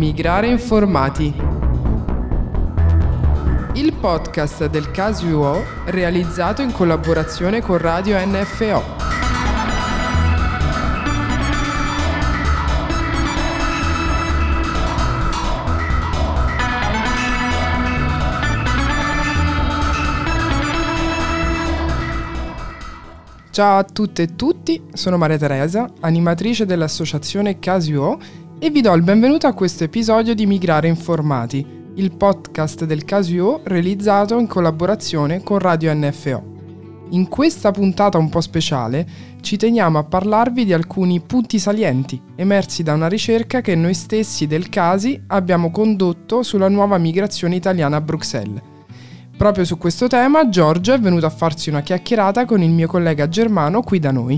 Migrare informati. Il podcast del caso UO realizzato in collaborazione con Radio NFO. Ciao a tutte e tutti, sono Maria Teresa, animatrice dell'associazione Casi UO e vi do il benvenuto a questo episodio di Migrare Informati, il podcast del Casi UO realizzato in collaborazione con Radio NFO. In questa puntata un po' speciale ci teniamo a parlarvi di alcuni punti salienti emersi da una ricerca che noi stessi del Casi abbiamo condotto sulla nuova migrazione italiana a Bruxelles. Proprio su questo tema Giorgio è venuto a farsi una chiacchierata con il mio collega Germano qui da noi.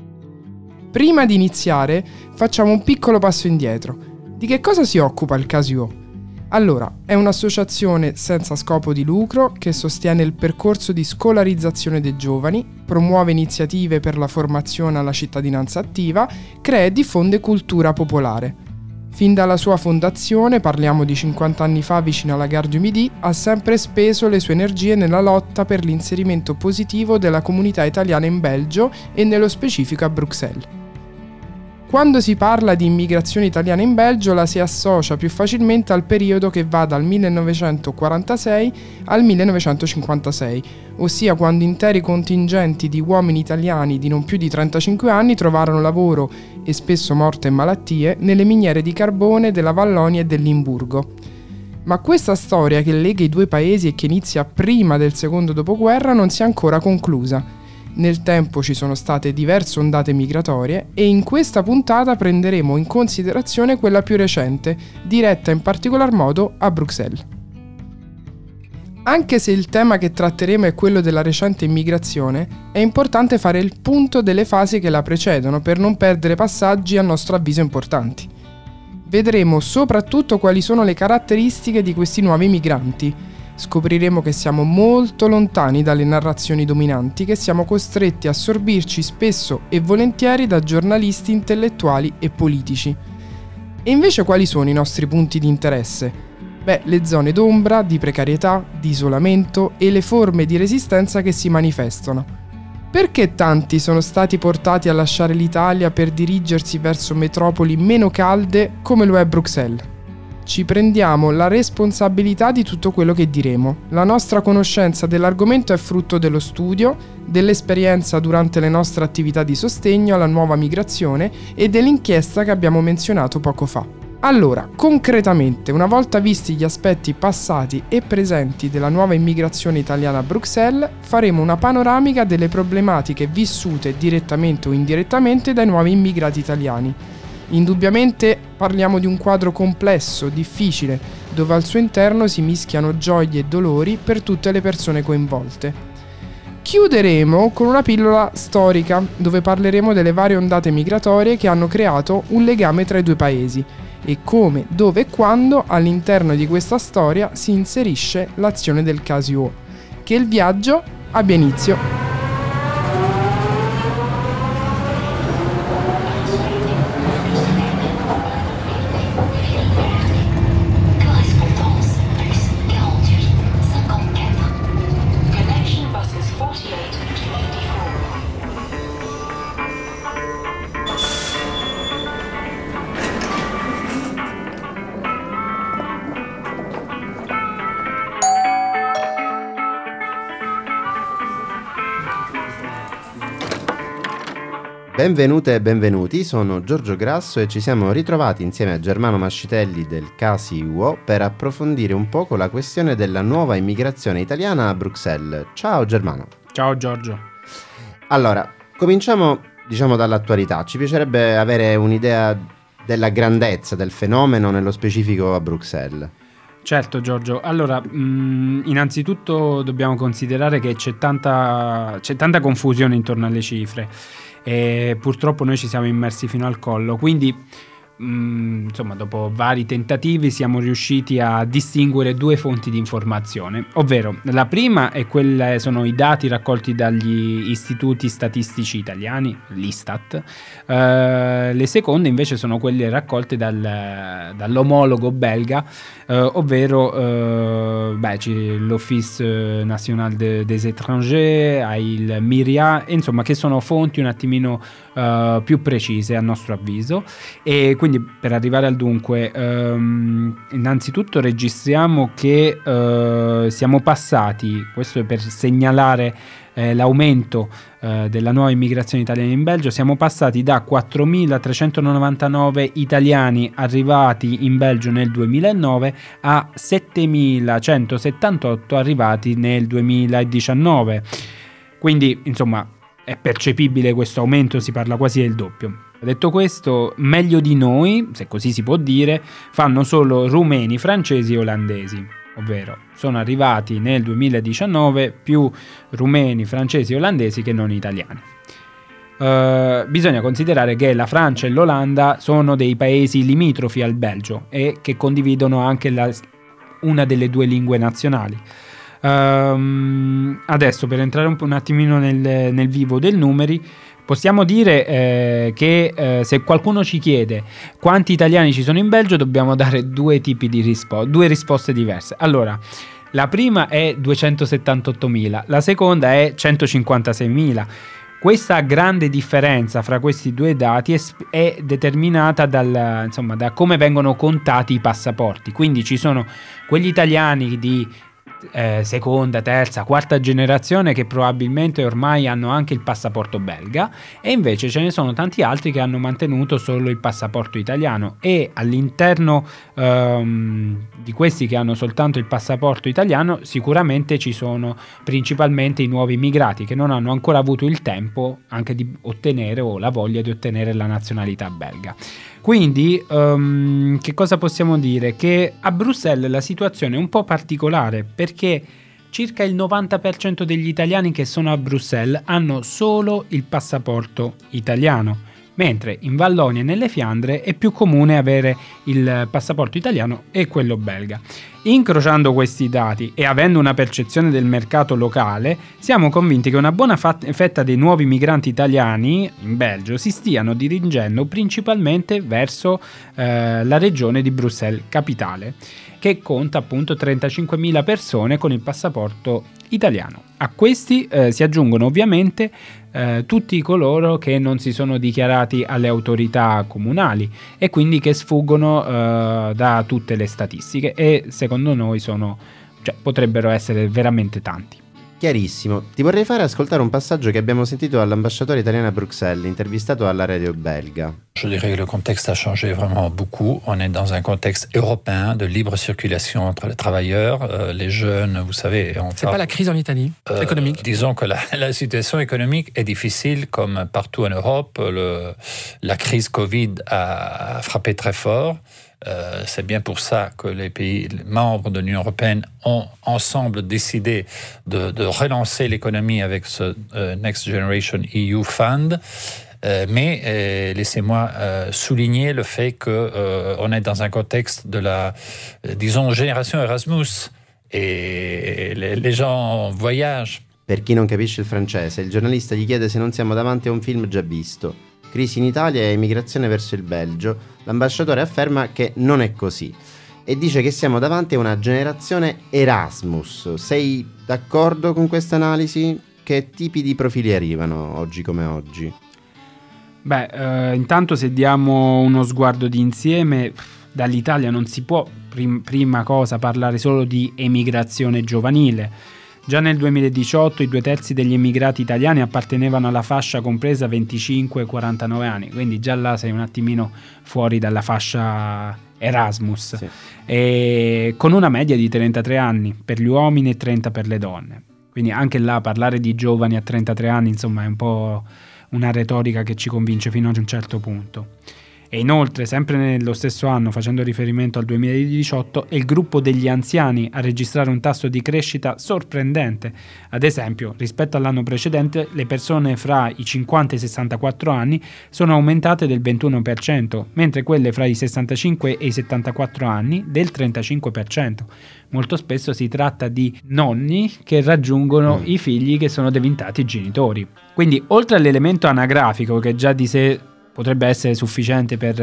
Prima di iniziare facciamo un piccolo passo indietro. Di che cosa si occupa il Casi UO? Allora, è un'associazione senza scopo di lucro che sostiene il percorso di scolarizzazione dei giovani, promuove iniziative per la formazione alla cittadinanza attiva, crea e diffonde cultura popolare. Fin dalla sua fondazione, parliamo di 50 anni fa vicino alla Gare du Midi, ha sempre speso le sue energie nella lotta per l'inserimento positivo della comunità italiana in Belgio e nello specifico a Bruxelles. Quando si parla di immigrazione italiana in Belgio la si associa più facilmente al periodo che va dal 1946 al 1956, ossia quando interi contingenti di uomini italiani di non più di 35 anni trovarono lavoro e spesso morte e malattie nelle miniere di carbone della Vallonia e del Limburgo. Ma questa storia che lega i due paesi e che inizia prima del secondo dopoguerra non si è ancora conclusa. Nel tempo ci sono state diverse ondate migratorie e in questa puntata prenderemo in considerazione quella più recente, diretta in particolar modo a Bruxelles. Anche se il tema che tratteremo è quello della recente immigrazione, è importante fare il punto delle fasi che la precedono per non perdere passaggi a nostro avviso importanti. Vedremo soprattutto quali sono le caratteristiche di questi nuovi migranti. Scopriremo che siamo molto lontani dalle narrazioni dominanti che siamo costretti a assorbirci spesso e volentieri da giornalisti intellettuali e politici. E invece quali sono i nostri punti di interesse? Le zone d'ombra, di precarietà, di isolamento e le forme di resistenza che si manifestano. Perché tanti sono stati portati a lasciare l'Italia per dirigersi verso metropoli meno calde come lo è Bruxelles? Ci prendiamo la responsabilità di tutto quello che diremo. La nostra conoscenza dell'argomento è frutto dello studio, dell'esperienza durante le nostre attività di sostegno alla nuova migrazione e dell'inchiesta che abbiamo menzionato poco fa. Allora, concretamente, una volta visti gli aspetti passati e presenti della nuova immigrazione italiana a Bruxelles, faremo una panoramica delle problematiche vissute direttamente o indirettamente dai nuovi immigrati italiani. Indubbiamente parliamo di un quadro complesso, difficile, dove al suo interno si mischiano gioie e dolori per tutte le persone coinvolte. Chiuderemo con una pillola storica, dove parleremo delle varie ondate migratorie che hanno creato un legame tra i due paesi e come, dove e quando all'interno di questa storia si inserisce l'azione del Casi UO. Che il viaggio abbia inizio! Benvenute e benvenuti, sono Giorgio Grasso e ci siamo ritrovati insieme a Germano Mascitelli del Casi UO per approfondire un poco la questione della nuova immigrazione italiana a Bruxelles. Ciao Germano. Ciao Giorgio. Allora, cominciamo dall'attualità. Ci piacerebbe avere un'idea della grandezza del fenomeno nello specifico a Bruxelles. Certo Giorgio, allora innanzitutto dobbiamo considerare che c'è tanta confusione intorno alle cifre e purtroppo noi ci siamo immersi fino al collo, quindi insomma, dopo vari tentativi siamo riusciti a distinguere due fonti di informazione, ovvero la prima sono i dati raccolti dagli istituti statistici italiani, l'Istat, le seconde invece sono quelle raccolte dall'omologo belga, ovvero l'Office National des Étrangers, il MIRIA, insomma, che sono fonti un attimino più precise a nostro avviso. E quindi, per arrivare al dunque, innanzitutto registriamo che siamo passati, questo è per segnalare l'aumento della nuova immigrazione italiana in Belgio, siamo passati da 4.399 italiani arrivati in Belgio nel 2009 a 7.178 arrivati nel 2019. Quindi, insomma, è percepibile questo aumento, si parla quasi del doppio. Detto questo, meglio di noi, se così si può dire, fanno solo rumeni, francesi e olandesi, ovvero sono arrivati nel 2019 più rumeni, francesi e olandesi che non italiani. Bisogna considerare che la Francia e l'Olanda sono dei paesi limitrofi al Belgio e che condividono anche una delle due lingue nazionali. Adesso, per entrare un attimino nel vivo dei numeri, possiamo dire che se qualcuno ci chiede quanti italiani ci sono in Belgio, dobbiamo dare due tipi di due risposte diverse. Allora, la prima è 278.000, la seconda è 156.000. Questa grande differenza fra questi due dati è determinata da come vengono contati i passaporti. Quindi ci sono quegli italiani di seconda, terza, quarta generazione che probabilmente ormai hanno anche il passaporto belga, e invece ce ne sono tanti altri che hanno mantenuto solo il passaporto italiano, e all'interno di questi che hanno soltanto il passaporto italiano sicuramente ci sono principalmente i nuovi immigrati che non hanno ancora avuto il tempo anche di ottenere o la voglia di ottenere la nazionalità belga. Quindi che cosa possiamo dire? Che a Bruxelles la situazione è un po' particolare, perché circa il 90% degli italiani che sono a Bruxelles hanno solo il passaporto italiano, mentre in Vallonia e nelle Fiandre è più comune avere il passaporto italiano e quello belga. Incrociando questi dati e avendo una percezione del mercato locale, siamo convinti che una buona fetta dei nuovi migranti italiani in Belgio si stiano dirigendo principalmente verso la regione di Bruxelles capitale, che conta appunto 35.000 persone con il passaporto italiano. A questi si aggiungono ovviamente tutti coloro che non si sono dichiarati alle autorità comunali e quindi che sfuggono da tutte le statistiche, e secondo noi potrebbero essere veramente tanti. Chiarissimo. Ti vorrei fare ascoltare un passaggio che abbiamo sentito all'ambasciatore italiano a Bruxelles, intervistato alla radio belga. Je dirais que le contexte a changé vraiment beaucoup. On est dans un contexte européen de libre circulation entre les travailleurs, les jeunes, vous savez. C'est pas la crise en Italie, économique? Disons que la situation économique est difficile comme partout en Europe. La crise Covid a frappé très fort. C'est bien pour ça que les pays membres de l'Union européenne ont ensemble décidé de relancer l'économie avec ce Next Generation EU Fund. Mais laissez-moi souligner le fait qu'on est dans un contexte de la, disons, génération Erasmus, et les gens voyagent. Per chi non capisce il francese, il giornalista gli chiede se non siamo davanti a un film già visto. Crisi in Italia e emigrazione verso il Belgio. L'ambasciatore afferma che non è così e dice che siamo davanti a una generazione Erasmus. Sei d'accordo con questa analisi? Che tipi di profili arrivano oggi come oggi? Intanto, se diamo uno sguardo d'insieme, dall'Italia non si può prima cosa parlare solo di emigrazione giovanile. Già nel 2018 i 2/3 degli emigrati italiani appartenevano alla fascia compresa 25-49 anni, quindi già là sei un attimino fuori dalla fascia Erasmus, sì. E con una media di 33 anni per gli uomini e 30 per le donne. Quindi anche là parlare di giovani a 33 anni, insomma, è un po' una retorica che ci convince fino ad un certo punto. E inoltre, sempre nello stesso anno, facendo riferimento al 2018, è il gruppo degli anziani a registrare un tasso di crescita sorprendente. Ad esempio, rispetto all'anno precedente, le persone fra i 50 e i 64 anni sono aumentate del 21%, mentre quelle fra i 65 e i 74 anni del 35%. Molto spesso si tratta di nonni che raggiungono i figli che sono diventati genitori. Quindi, oltre all'elemento anagrafico, che già di sé potrebbe essere sufficiente per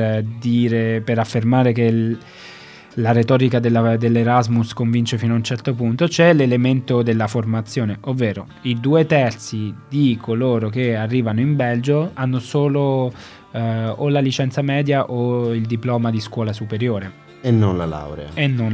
affermare che la retorica dell'Erasmus convince fino a un certo punto, c'è l'elemento della formazione, ovvero i 2/3 di coloro che arrivano in Belgio hanno solo o la licenza media o il diploma di scuola superiore. E non la laurea.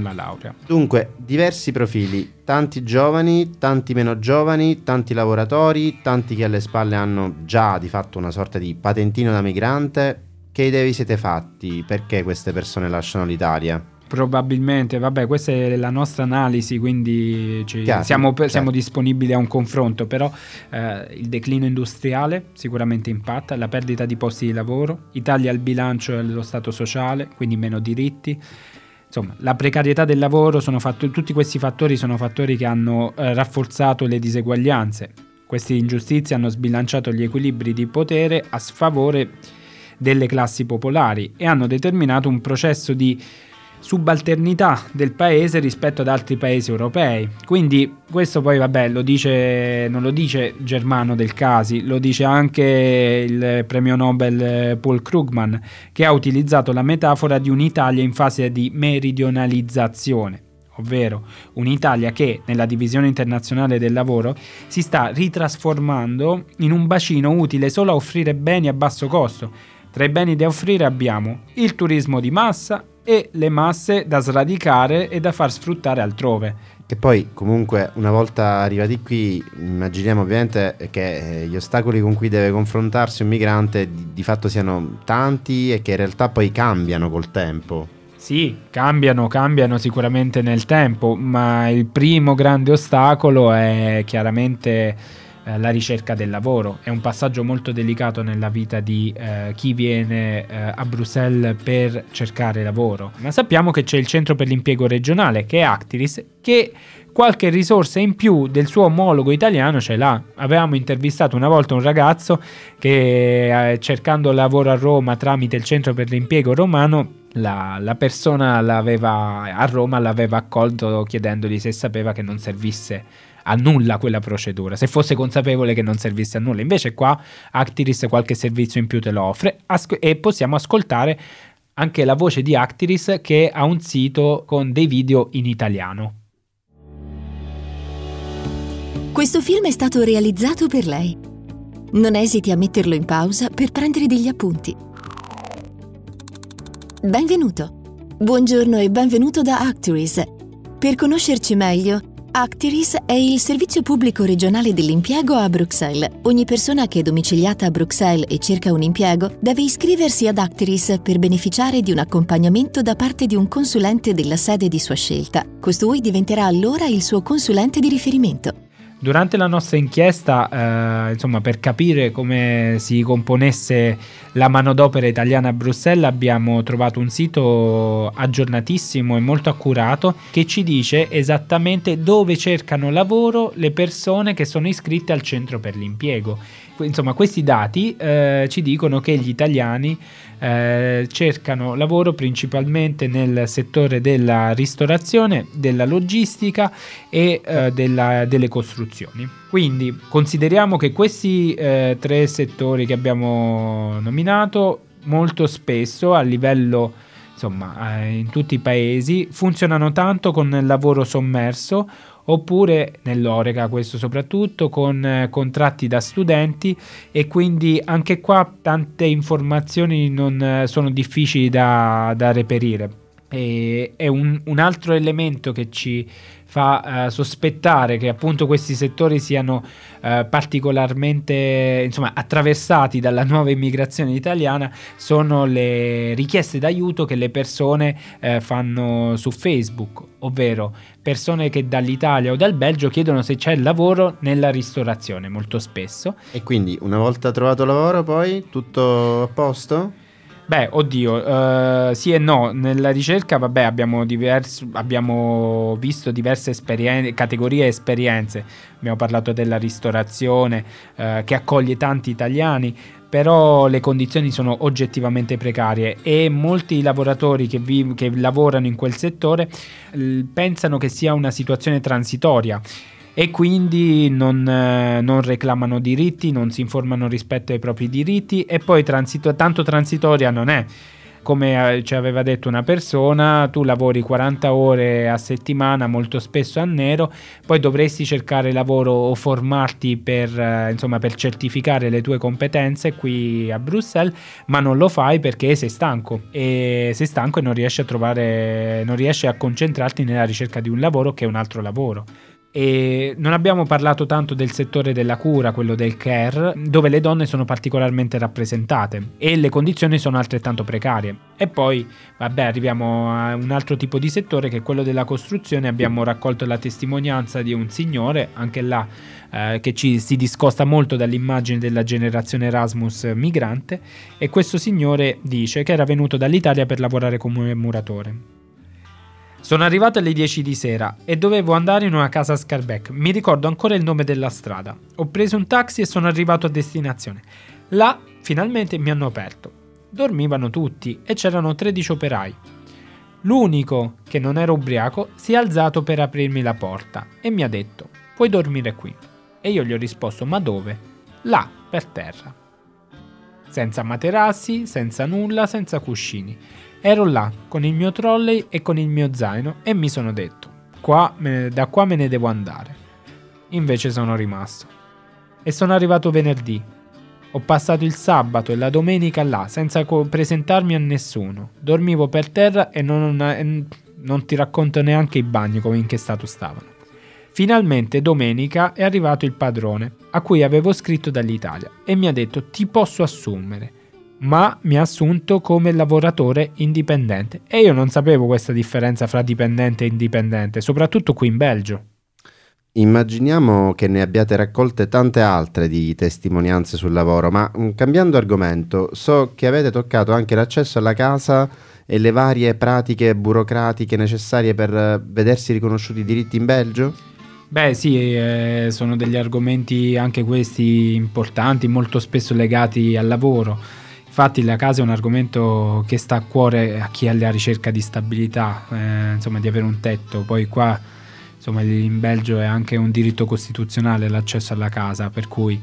Dunque, diversi profili, tanti giovani, tanti meno giovani, tanti lavoratori, tanti che alle spalle hanno già di fatto una sorta di patentino da migrante. Che idee vi siete fatti? Perché queste persone lasciano l'Italia? Probabilmente, vabbè, questa è la nostra analisi, quindi siamo disponibili a un confronto, però il declino industriale sicuramente impatta, la perdita di posti di lavoro, i tagli al bilancio e allo stato sociale, quindi meno diritti, insomma la precarietà del lavoro, tutti questi fattori sono fattori che hanno rafforzato le diseguaglianze. Queste ingiustizie hanno sbilanciato gli equilibri di potere a sfavore delle classi popolari e hanno determinato un processo di subalternità del paese rispetto ad altri paesi europei. Quindi questo poi non lo dice Germano Del Casi, lo dice anche il premio Nobel Paul Krugman, che ha utilizzato la metafora di un'Italia in fase di meridionalizzazione, ovvero un'Italia che nella divisione internazionale del lavoro si sta ritrasformando in un bacino utile solo a offrire beni a basso costo. Tra i beni da offrire abbiamo il turismo di massa e le masse da sradicare e da far sfruttare altrove. Che poi comunque una volta arrivati qui immaginiamo ovviamente che gli ostacoli con cui deve confrontarsi un migrante di fatto siano tanti e che in realtà poi cambiano col tempo. Sì, cambiano sicuramente nel tempo, ma il primo grande ostacolo è chiaramente la ricerca del lavoro. È un passaggio molto delicato nella vita di chi viene a Bruxelles per cercare lavoro, ma sappiamo che c'è il centro per l'impiego regionale, che è Actiris, che qualche risorsa in più del suo omologo italiano ce l'ha. Avevamo intervistato una volta un ragazzo che cercando lavoro a Roma tramite il centro per l'impiego romano, la persona a Roma l'aveva accolto chiedendogli se sapeva che non servisse a nulla quella procedura, se fosse consapevole che non servisse a nulla. Invece qua Actiris qualche servizio in più te lo offre e possiamo ascoltare anche la voce di Actiris, che ha un sito con dei video in italiano. Questo film è stato realizzato per lei. Non esiti a metterlo in pausa per prendere degli appunti. Benvenuto. Buongiorno e benvenuto da Actiris. Per conoscerci meglio, Actiris è il servizio pubblico regionale dell'impiego a Bruxelles. Ogni persona che è domiciliata a Bruxelles e cerca un impiego deve iscriversi ad Actiris per beneficiare di un accompagnamento da parte di un consulente della sede di sua scelta. Costui diventerà allora il suo consulente di riferimento. Durante la nostra inchiesta, per capire come si componesse la manodopera italiana a Bruxelles, abbiamo trovato un sito aggiornatissimo e molto accurato che ci dice esattamente dove cercano lavoro le persone che sono iscritte al centro per l'impiego. Insomma, questi dati ci dicono che gli italiani cercano lavoro principalmente nel settore della ristorazione, della logistica e delle costruzioni. Quindi consideriamo che questi tre settori che abbiamo nominato molto spesso a livello in tutti i paesi funzionano tanto con il lavoro sommerso, oppure nell'Horeca, questo soprattutto, con contratti da studenti, e quindi anche qua tante informazioni non sono difficili da reperire. E è un altro elemento che ci fa sospettare che appunto questi settori siano particolarmente attraversati dalla nuova immigrazione italiana sono le richieste d'aiuto che le persone fanno su Facebook, ovvero persone che dall'Italia o dal Belgio chiedono se c'è lavoro nella ristorazione molto spesso. E quindi una volta trovato lavoro poi tutto a posto? Beh, oddio, sì e no. Nella ricerca, vabbè, abbiamo visto diverse categorie e esperienze. Abbiamo parlato della ristorazione, che accoglie tanti italiani, però le condizioni sono oggettivamente precarie e molti lavoratori che lavorano in quel settore pensano che sia una situazione transitoria. E quindi non reclamano diritti, non si informano rispetto ai propri diritti, e poi tanto transitoria non è. Come ci aveva detto una persona, tu lavori 40 ore a settimana, molto spesso a nero, poi dovresti cercare lavoro o formarti per certificare le tue competenze qui a Bruxelles, ma non lo fai perché sei stanco e non riesci a concentrarti nella ricerca di un lavoro che è un altro lavoro. E non abbiamo parlato tanto del settore della cura, quello del care, dove le donne sono particolarmente rappresentate e le condizioni sono altrettanto precarie. E poi, arriviamo a un altro tipo di settore, che è quello della costruzione. Abbiamo raccolto la testimonianza di un signore, anche là, che si discosta molto dall'immagine della generazione Erasmus migrante, e questo signore dice che era venuto dall'Italia per lavorare come muratore. Sono arrivato alle 10 di sera e dovevo andare in una casa a Scarbeck. Mi ricordo ancora il nome della strada. Ho preso un taxi e sono arrivato a destinazione. Là, finalmente mi hanno aperto. Dormivano tutti e c'erano 13 operai. L'unico, che non era ubriaco, si è alzato per aprirmi la porta e mi ha detto: puoi dormire qui. E io gli ho risposto: ma dove? Là, per terra. Senza materassi, senza nulla, senza cuscini. Ero là, con il mio trolley e con il mio zaino, e mi sono detto: da qua me ne devo andare. Invece sono rimasto. E sono arrivato venerdì. Ho passato il sabato e la domenica là, senza presentarmi a nessuno. Dormivo per terra e non ti racconto neanche i bagni come in che stato stavano. Finalmente domenica è arrivato il padrone, a cui avevo scritto dall'Italia, e mi ha detto: ti posso assumere. Ma mi ha assunto come lavoratore indipendente, e io non sapevo questa differenza fra dipendente e indipendente, soprattutto qui in Belgio. Immaginiamo che ne abbiate raccolte tante altre di testimonianze sul lavoro, ma cambiando argomento, so che avete toccato anche l'accesso alla casa e le varie pratiche burocratiche necessarie per vedersi riconosciuti i diritti in Belgio? Beh sì, sono degli argomenti anche questi importanti, molto spesso legati al lavoro. Infatti la casa è un argomento che sta a cuore a chi è alla ricerca di stabilità, di avere un tetto. Poi qua, in Belgio è anche un diritto costituzionale l'accesso alla casa, per cui...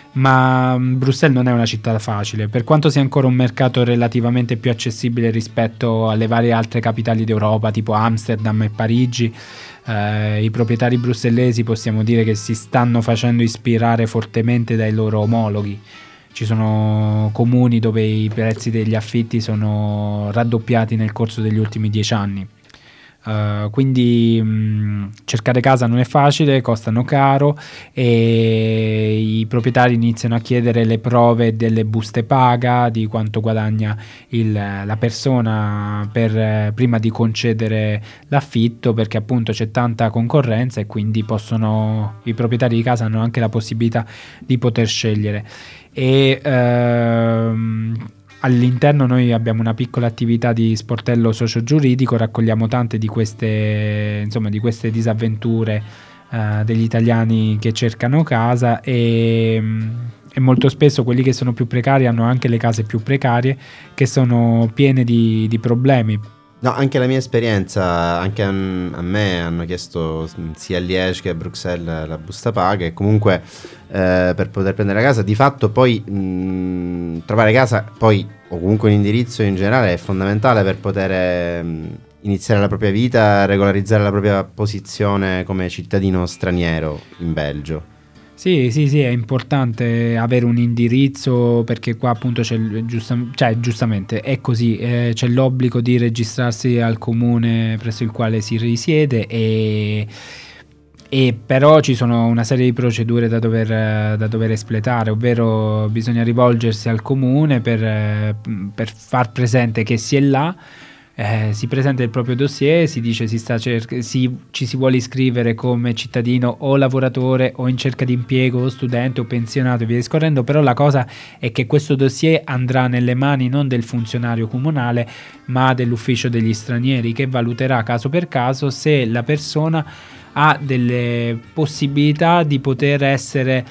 Ma Bruxelles non è una città facile, per quanto sia ancora un mercato relativamente più accessibile rispetto alle varie altre capitali d'Europa, tipo Amsterdam e Parigi. I proprietari brussellesi possiamo dire che si stanno facendo ispirare fortemente dai loro omologhi. Ci sono comuni dove i prezzi degli affitti sono raddoppiati nel corso degli ultimi 10 anni. Quindi cercare casa non è facile, costano caro, e i proprietari iniziano a chiedere le prove delle buste paga, di quanto guadagna la persona prima di concedere l'affitto, perché appunto c'è tanta concorrenza e quindi i proprietari di casa hanno anche la possibilità di poter scegliere. E all'interno noi abbiamo una piccola attività di sportello socio-giuridico, raccogliamo tante di queste disavventure degli italiani che cercano casa, e molto spesso quelli che sono più precari hanno anche le case più precarie, che sono piene di problemi. No, anche la mia esperienza, anche a me hanno chiesto sia a Liège che a Bruxelles la busta paga, e comunque per poter prendere la casa, di fatto poi trovare casa poi o comunque un indirizzo in generale è fondamentale per poter iniziare la propria vita, regolarizzare la propria posizione come cittadino straniero in Belgio. Sì, è importante avere un indirizzo, perché qua appunto giustamente è così, c'è l'obbligo di registrarsi al comune presso il quale si risiede, e però ci sono una serie di procedure da dover espletare, ovvero bisogna rivolgersi al comune per far presente che si è là, si presenta il proprio dossier, si dice ci si vuole iscrivere come cittadino o lavoratore o in cerca di impiego o studente o pensionato e via discorrendo, però la cosa è che questo dossier andrà nelle mani non del funzionario comunale ma dell'ufficio degli stranieri, che valuterà caso per caso se la persona ha delle possibilità di poter essere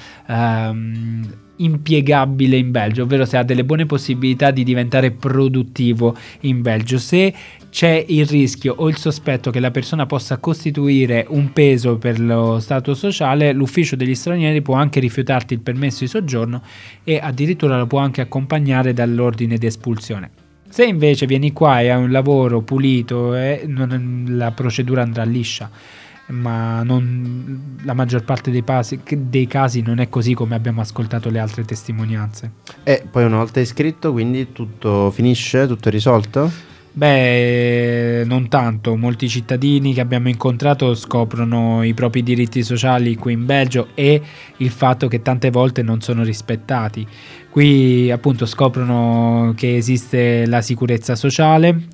impiegabile in Belgio, ovvero se ha delle buone possibilità di diventare produttivo in Belgio. Se c'è il rischio o il sospetto che la persona possa costituire un peso per lo stato sociale, l'ufficio degli stranieri può anche rifiutarti il permesso di soggiorno e addirittura lo può anche accompagnare dall'ordine di espulsione. Se invece vieni qua e hai un lavoro pulito, la procedura andrà liscia, ma la maggior parte dei casi non è così, come abbiamo ascoltato le altre testimonianze. E poi una volta iscritto, quindi tutto finisce, tutto è risolto? Beh, non tanto. Molti cittadini che abbiamo incontrato scoprono i propri diritti sociali qui in Belgio e il fatto che tante volte non sono rispettati. Qui appunto scoprono che esiste la sicurezza sociale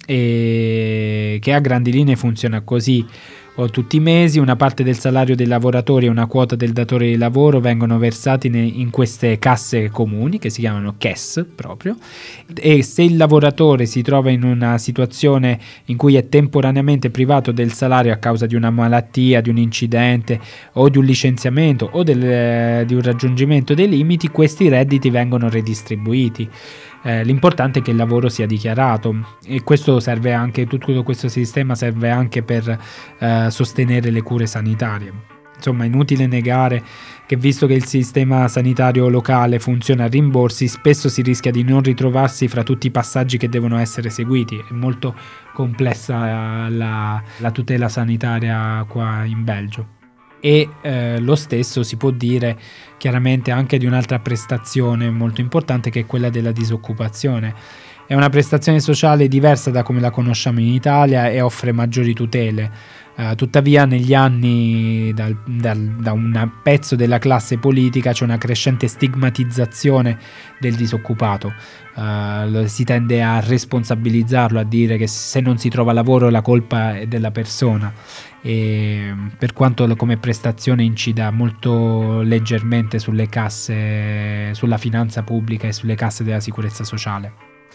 e che a grandi linee funziona così. Tutti i mesi una parte del salario dei lavoratori e una quota del datore di lavoro vengono versati in queste casse comuni che si chiamano KES proprio, e se il lavoratore si trova in una situazione in cui è temporaneamente privato del salario a causa di una malattia, di un incidente o di un licenziamento o di un raggiungimento dei limiti, questi redditi vengono redistribuiti. L'importante è che il lavoro sia dichiarato, e questo serve anche, tutto questo sistema serve anche per sostenere le cure sanitarie. Insomma, è inutile negare che, visto che il sistema sanitario locale funziona a rimborsi, spesso si rischia di non ritrovarsi fra tutti i passaggi che devono essere seguiti. È molto complessa la tutela sanitaria qua in Belgio. E lo stesso si può dire chiaramente anche di un'altra prestazione molto importante, che è quella della disoccupazione. È una prestazione sociale diversa da come la conosciamo in Italia e offre maggiori tutele. Tuttavia negli anni da un pezzo della classe politica c'è una crescente stigmatizzazione del disoccupato. Si tende a responsabilizzarlo, a dire che se non si trova lavoro la colpa è della persona, e per quanto come prestazione incida molto leggermente sulle casse, sulla finanza pubblica e sulle casse della sicurezza sociale.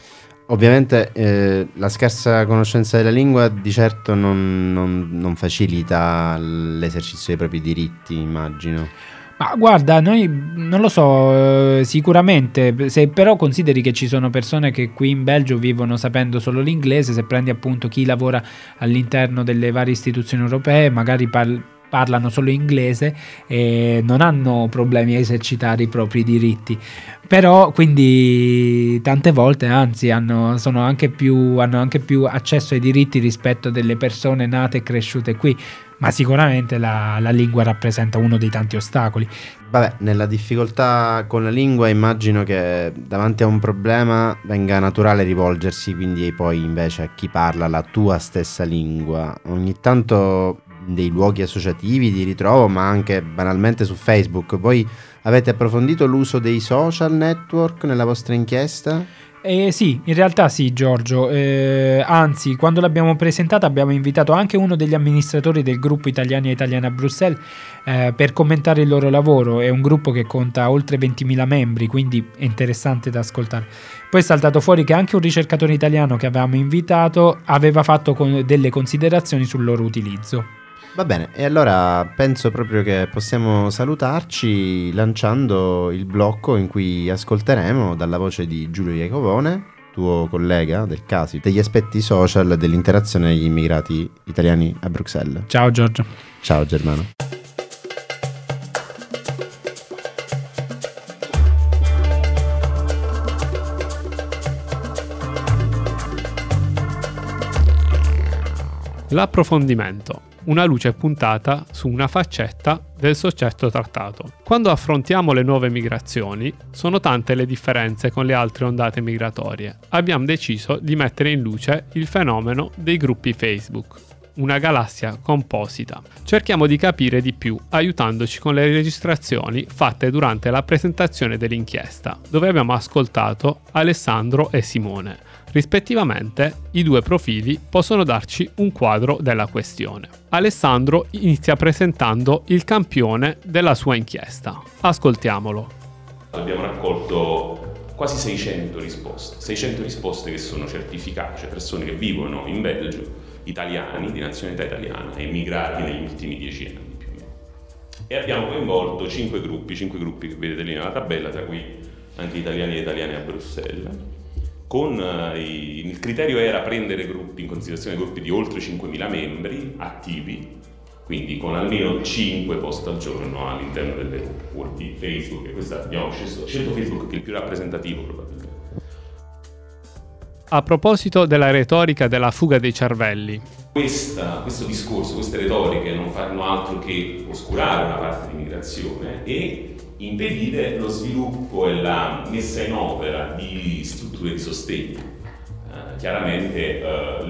Ovviamente la scarsa conoscenza della lingua di certo non facilita l'esercizio dei propri diritti, immagino. Ma guarda, noi non lo so, sicuramente, se però consideri che ci sono persone che qui in Belgio vivono sapendo solo l'inglese, se prendi appunto chi lavora all'interno delle varie istituzioni europee, magari parlano solo inglese e non hanno problemi a esercitare i propri diritti. Però quindi tante volte anzi hanno anche più accesso ai diritti rispetto a delle persone nate e cresciute qui, ma sicuramente la lingua rappresenta uno dei tanti ostacoli. Vabbè, nella difficoltà con la lingua immagino che davanti a un problema venga naturale rivolgersi quindi poi invece a chi parla la tua stessa lingua. Ogni tanto dei luoghi associativi di ritrovo, ma anche banalmente su Facebook. Voi avete approfondito l'uso dei social network nella vostra inchiesta? Sì, in realtà sì, Giorgio, anzi, quando l'abbiamo presentata abbiamo invitato anche uno degli amministratori del gruppo Italiani e Italiane a Bruxelles per commentare il loro lavoro. È un gruppo che conta oltre 20.000 membri, quindi è interessante da ascoltare. Poi è saltato fuori che anche un ricercatore italiano che avevamo invitato aveva fatto delle considerazioni sul loro utilizzo. Va bene, e allora penso proprio che possiamo salutarci lanciando il blocco in cui ascolteremo dalla voce di Giulio Iacovone, tuo collega del caso, degli aspetti social dell'interazione degli immigrati italiani a Bruxelles. Ciao Giorgio. Ciao Germano. L'approfondimento. Una luce puntata su una faccetta del soggetto trattato. Quando affrontiamo le nuove migrazioni, sono tante le differenze con le altre ondate migratorie. Abbiamo deciso di mettere in luce il fenomeno dei gruppi Facebook. una galassia composita. Cerchiamo di capire di più aiutandoci con le registrazioni fatte durante la presentazione dell'inchiesta, dove abbiamo ascoltato Alessandro e Simone. Rispettivamente, i due profili possono darci un quadro della questione. Alessandro inizia presentando il campione della sua inchiesta. Ascoltiamolo. Abbiamo raccolto quasi 600 risposte che sono certificate, cioè persone che vivono in Belgio, italiani, di nazionalità italiana, emigrati negli ultimi 10 anni più o meno. E abbiamo coinvolto 5 gruppi che vedete lì nella tabella, tra cui anche italiani e italiane a Bruxelles. Il criterio era prendere gruppi in considerazione, gruppi di oltre 5.000 membri attivi, quindi con almeno 5 post al giorno all'interno delle wall di Facebook, e abbiamo scelto Facebook che è il più rappresentativo probabilmente. A proposito della retorica della fuga dei cervelli. Questo discorso, queste retoriche non fanno altro che oscurare una parte di immigrazione e impedire lo sviluppo e la messa in opera di strutture di sostegno. Chiaramente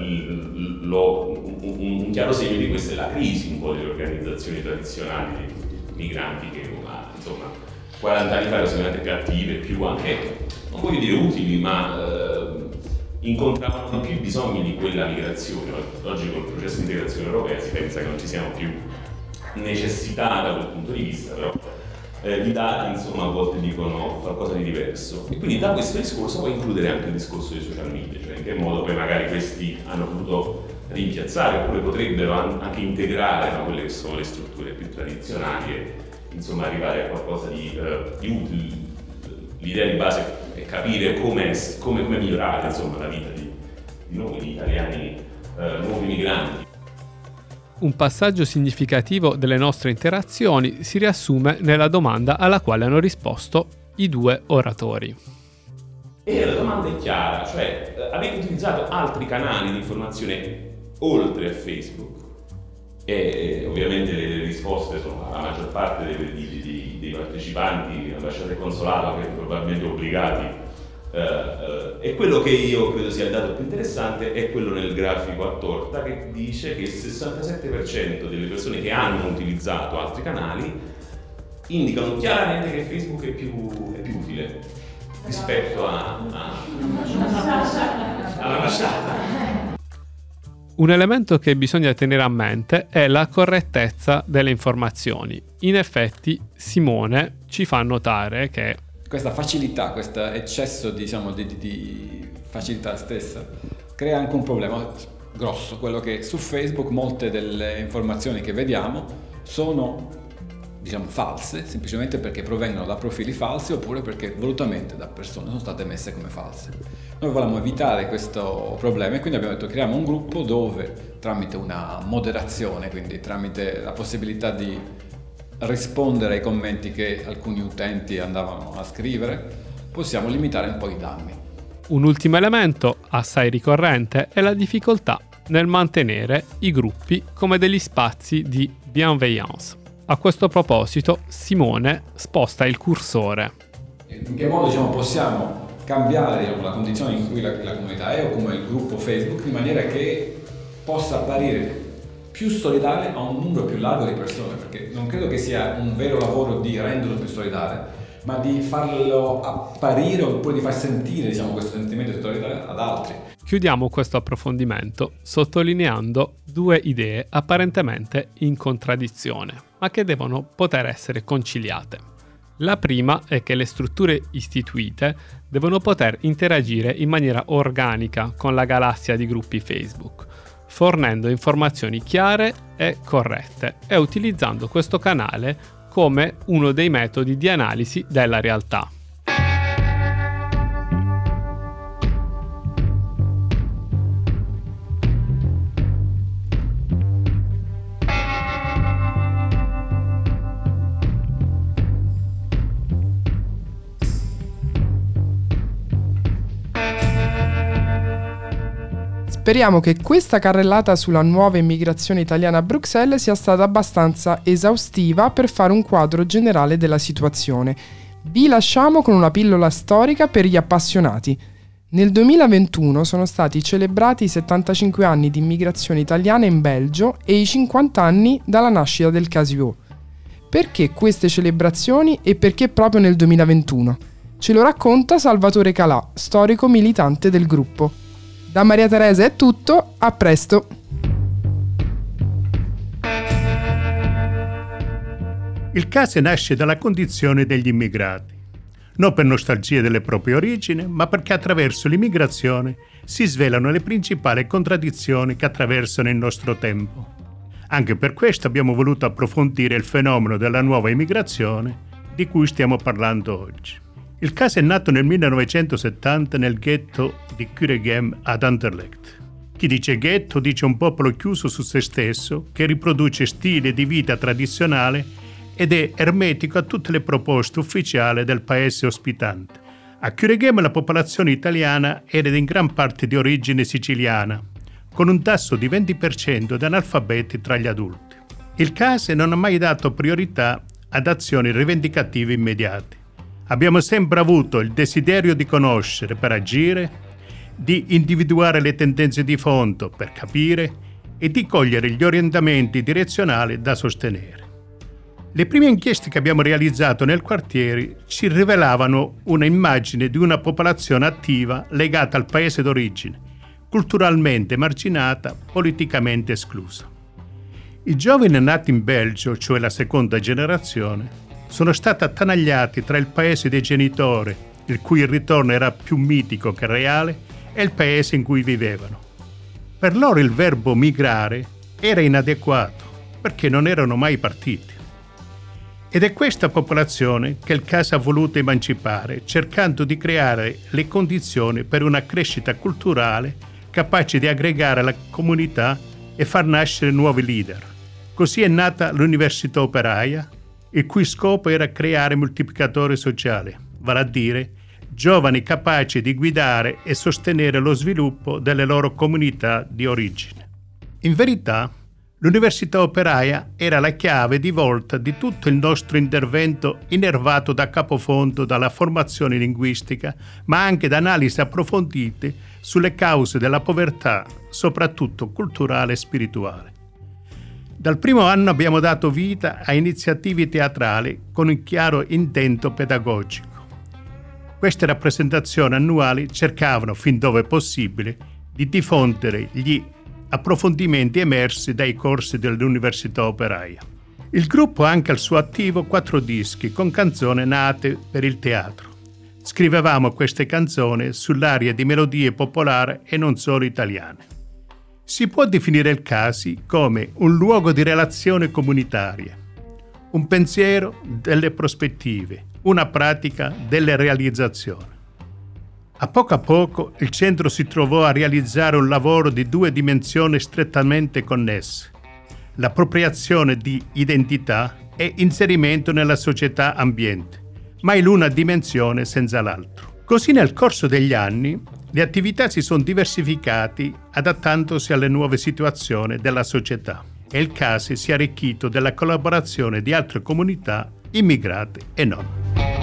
un chiaro segno di questa è la crisi un po' delle organizzazioni tradizionali dei migranti che insomma 40 anni fa erano sicuramente più attive, più anche, non voglio dire utili, ma incontravano più i bisogni di quella migrazione. Oggi con il processo di integrazione europea si pensa che non ci siano più necessità da quel punto di vista, però i dati insomma a volte dicono qualcosa di diverso, e quindi da questo discorso puoi includere anche il discorso dei social media, cioè in che modo poi magari questi hanno potuto rimpiazzare oppure potrebbero anche integrare quelle che sono le strutture più tradizionali e insomma arrivare a qualcosa di utile. L'idea di base è capire come migliorare insomma la vita di noi italiani, nuovi migranti. Un passaggio significativo delle nostre interazioni si riassume nella domanda alla quale hanno risposto i due oratori. E la domanda è chiara, cioè avete utilizzato altri canali di informazione oltre a Facebook? E ovviamente le risposte sono la maggior parte dei partecipanti, ambasciate e consolato, che probabilmente obbligati. E quello che io credo sia il dato più interessante è quello nel grafico a torta, che dice che il 67% delle persone che hanno utilizzato altri canali indicano chiaramente che Facebook è più utile rispetto all'ambasciata. Un elemento che bisogna tenere a mente è la correttezza delle informazioni. In effetti, Simone ci fa notare che questa facilità, questo eccesso di facilità stessa crea anche un problema grosso, quello che su Facebook molte delle informazioni che vediamo sono false, semplicemente perché provengono da profili falsi oppure perché volutamente da persone sono state messe come false. Noi volevamo evitare questo problema e quindi abbiamo detto creiamo un gruppo dove tramite una moderazione, quindi tramite la possibilità di rispondere ai commenti che alcuni utenti andavano a scrivere, possiamo limitare un po' i danni. Un ultimo elemento assai ricorrente è la difficoltà nel mantenere i gruppi come degli spazi di bienveillance. A questo proposito, Simone sposta il cursore. In che modo possiamo cambiare la condizione in cui la comunità è o come il gruppo Facebook, in maniera che possa apparire più solidale a un numero più largo di persone, perché non credo che sia un vero lavoro di renderlo più solidale, ma di farlo apparire oppure di far sentire questo sentimento di solidarietà ad altri. Chiudiamo questo approfondimento sottolineando due idee apparentemente in contraddizione, ma che devono poter essere conciliate. La prima è che le strutture istituite devono poter interagire in maniera organica con la galassia di gruppi Facebook, fornendo informazioni chiare e corrette e utilizzando questo canale come uno dei metodi di analisi della realtà. Speriamo che questa carrellata sulla nuova immigrazione italiana a Bruxelles sia stata abbastanza esaustiva per fare un quadro generale della situazione. Vi lasciamo con una pillola storica per gli appassionati. Nel 2021 sono stati celebrati i 75 anni di immigrazione italiana in Belgio e i 50 anni dalla nascita del KSUO. Perché queste celebrazioni e perché proprio nel 2021? Ce lo racconta Salvatore Calà, storico militante del gruppo. Da Maria Teresa è tutto, a presto! Il CASE nasce dalla condizione degli immigrati, non per nostalgia delle proprie origini, ma perché attraverso l'immigrazione si svelano le principali contraddizioni che attraversano il nostro tempo. Anche per questo abbiamo voluto approfondire il fenomeno della nuova immigrazione di cui stiamo parlando oggi. Il CASE è nato nel 1970 nel ghetto di Kuregem ad Anderlecht. Chi dice ghetto dice un popolo chiuso su se stesso che riproduce stile di vita tradizionale ed è ermetico a tutte le proposte ufficiali del paese ospitante. A Kuregem la popolazione italiana era in gran parte di origine siciliana, con un tasso di 20% di analfabeti tra gli adulti. Il CASE non ha mai dato priorità ad azioni rivendicative immediate. Abbiamo sempre avuto il desiderio di conoscere per agire, di individuare le tendenze di fondo per capire e di cogliere gli orientamenti direzionali da sostenere. Le prime inchieste che abbiamo realizzato nel quartiere ci rivelavano una immagine di una popolazione attiva legata al paese d'origine, culturalmente marginata, politicamente esclusa. I giovani nati in Belgio, cioè la seconda generazione, sono stati attanagliati tra il paese dei genitori, il cui ritorno era più mitico che reale, e il paese in cui vivevano. Per loro il verbo migrare era inadeguato, perché non erano mai partiti. Ed è questa popolazione che il CASE ha voluto emancipare, cercando di creare le condizioni per una crescita culturale capace di aggregare la comunità e far nascere nuovi leader. Così è nata l'Università Operaia, il cui scopo era creare moltiplicatori sociali, vale a dire giovani capaci di guidare e sostenere lo sviluppo delle loro comunità di origine. In verità, l'Università Operaia era la chiave di volta di tutto il nostro intervento innervato da capofondo dalla formazione linguistica, ma anche da analisi approfondite sulle cause della povertà, soprattutto culturale e spirituale. Dal primo anno abbiamo dato vita a iniziative teatrali con un chiaro intento pedagogico. Queste rappresentazioni annuali cercavano, fin dove possibile, di diffondere gli approfondimenti emersi dai corsi dell'Università Operaia. Il gruppo ha anche al suo attivo 4 dischi con canzoni nate per il teatro. Scrivevamo queste canzoni sull'aria di melodie popolari e non solo italiane. Si può definire il CASI come un luogo di relazione comunitaria, un pensiero delle prospettive, una pratica delle realizzazioni. A poco il centro si trovò a realizzare un lavoro di 2 dimensioni strettamente connesse: l'appropriazione di identità e inserimento nella società ambiente, mai l'una dimensione senza l'altro. Così nel corso degli anni le attività si sono diversificate adattandosi alle nuove situazioni della società e il CASE si è arricchito della collaborazione di altre comunità immigrate e non.